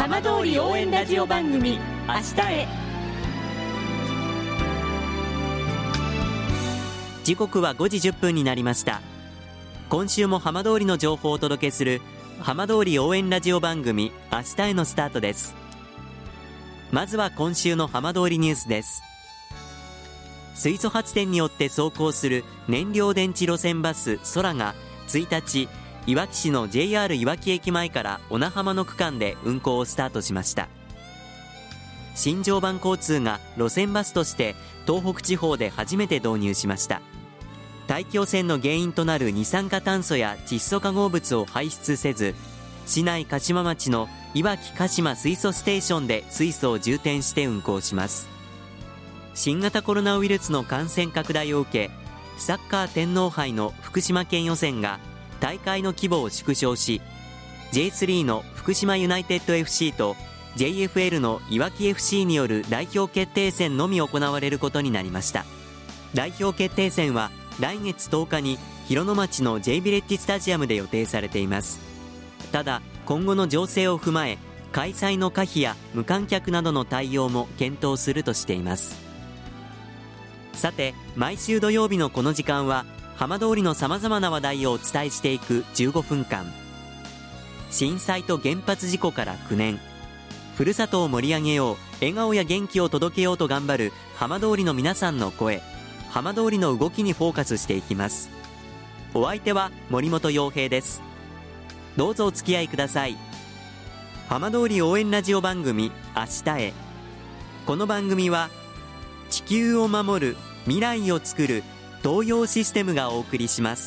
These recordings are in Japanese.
浜通り応援ラジオ番組明日へ。 時刻は5時10分になりました。今週も浜通りの情報をお届けする浜通り応援ラジオ番組明日へのスタートです。まずは今週の浜通りニュースです。水素発電によって走行する燃料電池路線バス空が1日、いわき市の JR いわき駅前から小名浜の区間で運行をスタートしました。新常磐交通が路線バスとして東北地方で初めて導入しました。大気汚染の原因となる二酸化炭素や窒素化合物を排出せず、市内鹿島町のいわき鹿島水素ステーションで水素を充填して運行します。新型コロナウイルスの感染拡大を受け、サッカー天皇杯の福島県予選が大会の規模を縮小し、 J3 の福島ユナイテッド FC と JFL のいわき FC による代表決定戦のみ行われることになりました。代表決定戦は来月10日に広野町の J ビレッジスタジアムで予定されています。ただ今後の情勢を踏まえ、開催の可否や無観客などの対応も検討するとしています。さて、毎週土曜日のこの時間は浜通りのさまざまな話題をお伝えしていく15分間。震災と原発事故から9年、ふるさとを盛り上げよう、笑顔や元気を届けようと頑張る浜通りの皆さんの声、浜通りの動きにフォーカスしていきます。お相手は森本洋平です。どうぞお付き合いください。浜通り応援ラジオ番組明日へ。この番組は地球を守る、未来をつくる東洋システムがお送りします。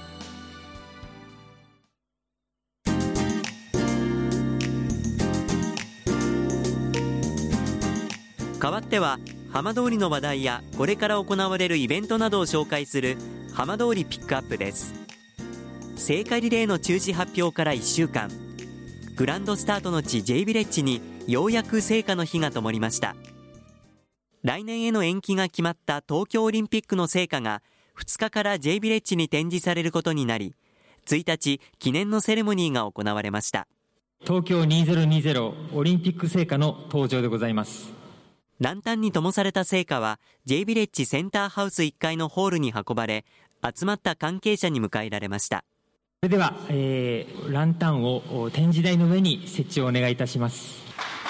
代わっては浜通りの話題やこれから行われるイベントなどを紹介する浜通りピックアップです。聖火リレーの中止発表から1週間、グランドスタートの地 J ビレッジにようやく聖火の火が灯りました。来年への延期が決まった東京オリンピックの聖火が2日から J ビレッジに展示されることになり、1日記念のセレモニーが行われました。 東京2020オリンピック聖火の登場でございます。 ランタンに灯された聖火は J ビレッジセンターハウス1階のホールに運ばれ、集まった関係者に迎えられました。 それでは、ランタンを展示台の上に設置をお願いいたします。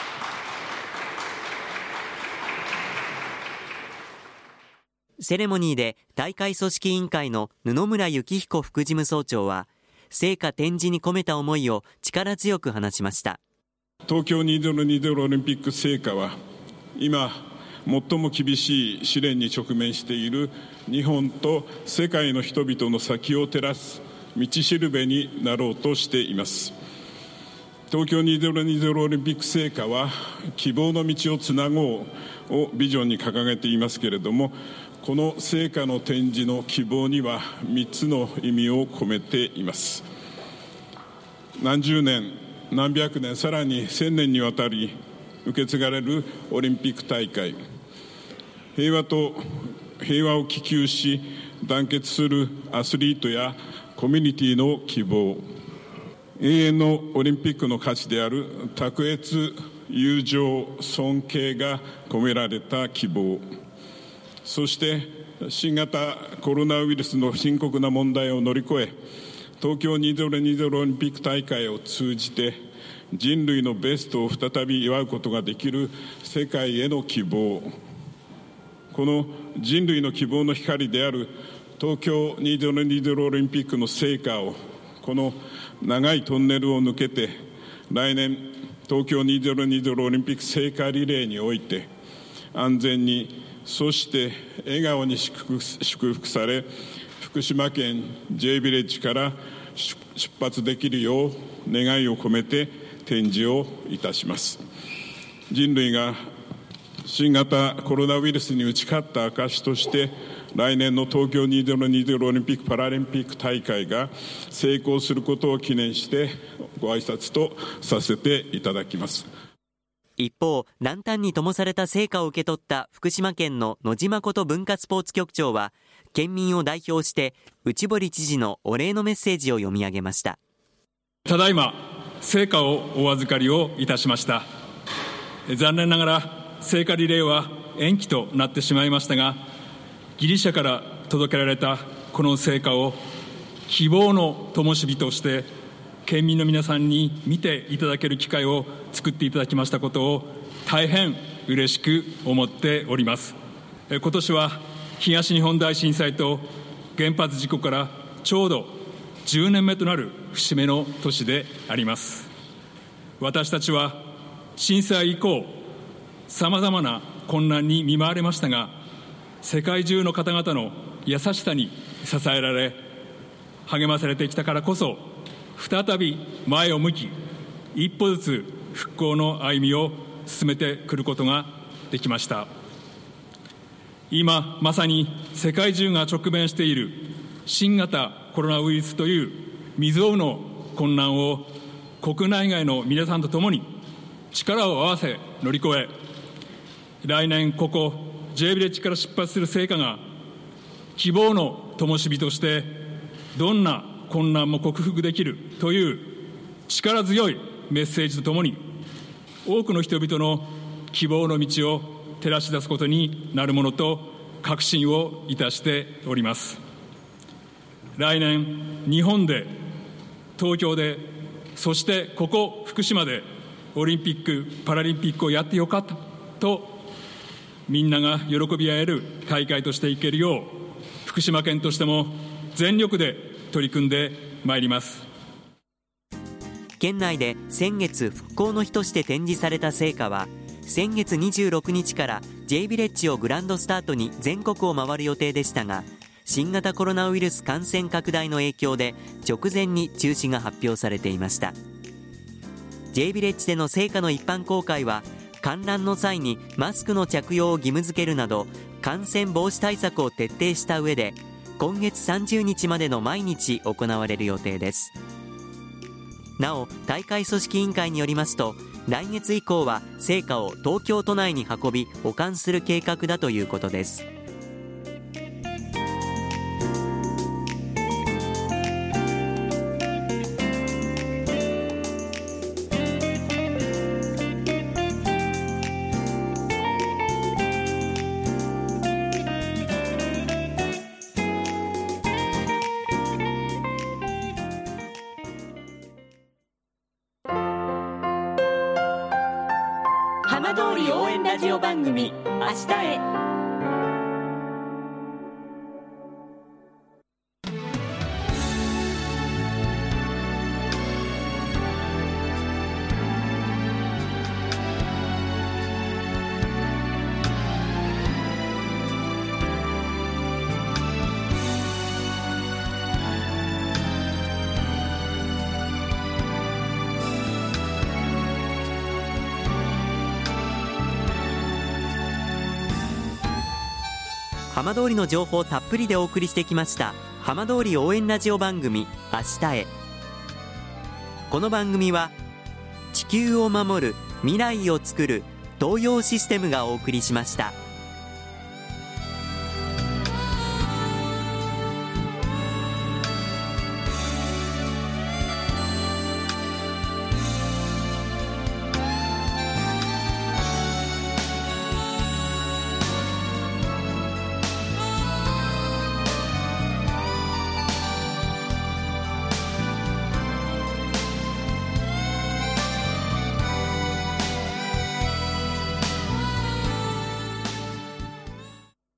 セレモニーで大会組織委員会の布村幸彦副事務総長は、聖火展示に込めた思いを力強く話しました。 東京2020オリンピック聖火は今最も厳しい試練に直面している日本と世界の人々の先を照らす道しるべになろうとしています。東京2020オリンピック聖火は希望の道をつなごうをビジョンに掲げていますけれども、この聖火の展示の希望には3つの意味を込めています。何十年何百年、さらに1000年にわたり受け継がれるオリンピック大会、平和を希求し団結するアスリートやコミュニティの希望、永遠のオリンピックの価値である卓越、友情、尊敬が込められた希望、そして新型コロナウイルスの深刻な問題を乗り越え、東京2020オリンピック大会を通じて人類のベストを再び祝うことができる世界への希望、この人類の希望の光である東京2020オリンピックの聖火をこの長いトンネルを抜けて、来年東京2020オリンピック聖火リレーにおいて安全に、そして笑顔に祝福され、福島県 J ビレッジから出発できるよう願いを込めて展示をいたします。人類が新型コロナウイルスに打ち勝った証として、来年の東京2020オリンピック・パラリンピック大会が成功することを記念してご挨拶とさせていただきます。 一方、ランタンに灯された聖火を受け取った福島県の野島こと文化スポーツ局長は、県民を代表して内堀知事のお礼のメッセージを読み上げました。 ただいま聖火をお預かりをいたしました。残念ながら聖火リレーは延期となってしまいましたが、ギリシャから届けられたこの聖火を希望の灯火として県民の皆さんに見ていただける機会を作っていただきましたことを大変嬉しく思っております。今年は東日本大震災と原発事故からちょうど10年目となる節目の年であります。私たちは震災以降さまざまな困難に見舞われましたが、世界中の方々の優しさに支えられ励まされてきたからこそ、再び前を向き一歩ずつ復興の歩みを進めてくることができました。今まさに世界中が直面している新型コロナウイルスという未曾有の困難を国内外の皆さんと共に力を合わせ乗り越え、来年ここ J ヴィレッジから出発する聖火が希望の灯火としてどんな困難も克服できるという力強いメッセージとともに、多くの人々の希望の道を照らし出すことになるものと確信をいたしております。来年日本で、東京で、そしてここ福島でオリンピック・パラリンピックをやってよかったとみんなが喜び合える大会としていけるよう、福島県としても全力で取り組んでまいります。 県内で先月復興の日として展示された聖火は、先月26日から J ヴィレッジをグランドスタートに全国を回る予定でしたが、新型コロナウイルス感染拡大の影響で直前に中止が発表されていました。 J ヴィレッジでの聖火の一般公開は、観覧の際にマスクの着用を義務付けるなど感染防止対策を徹底した上で、今月30日までの毎日行われる予定です。なお、大会組織委員会によりますと、来月以降は聖火を東京都内に運び保管する計画だということです。 浜通り応援ラジオ番組明日へ。 浜通りの情報をたっぷりでお送りしてきました浜通り応援ラジオ番組明日へ。この番組は地球を守る未来をつくる東洋システムがお送りしました。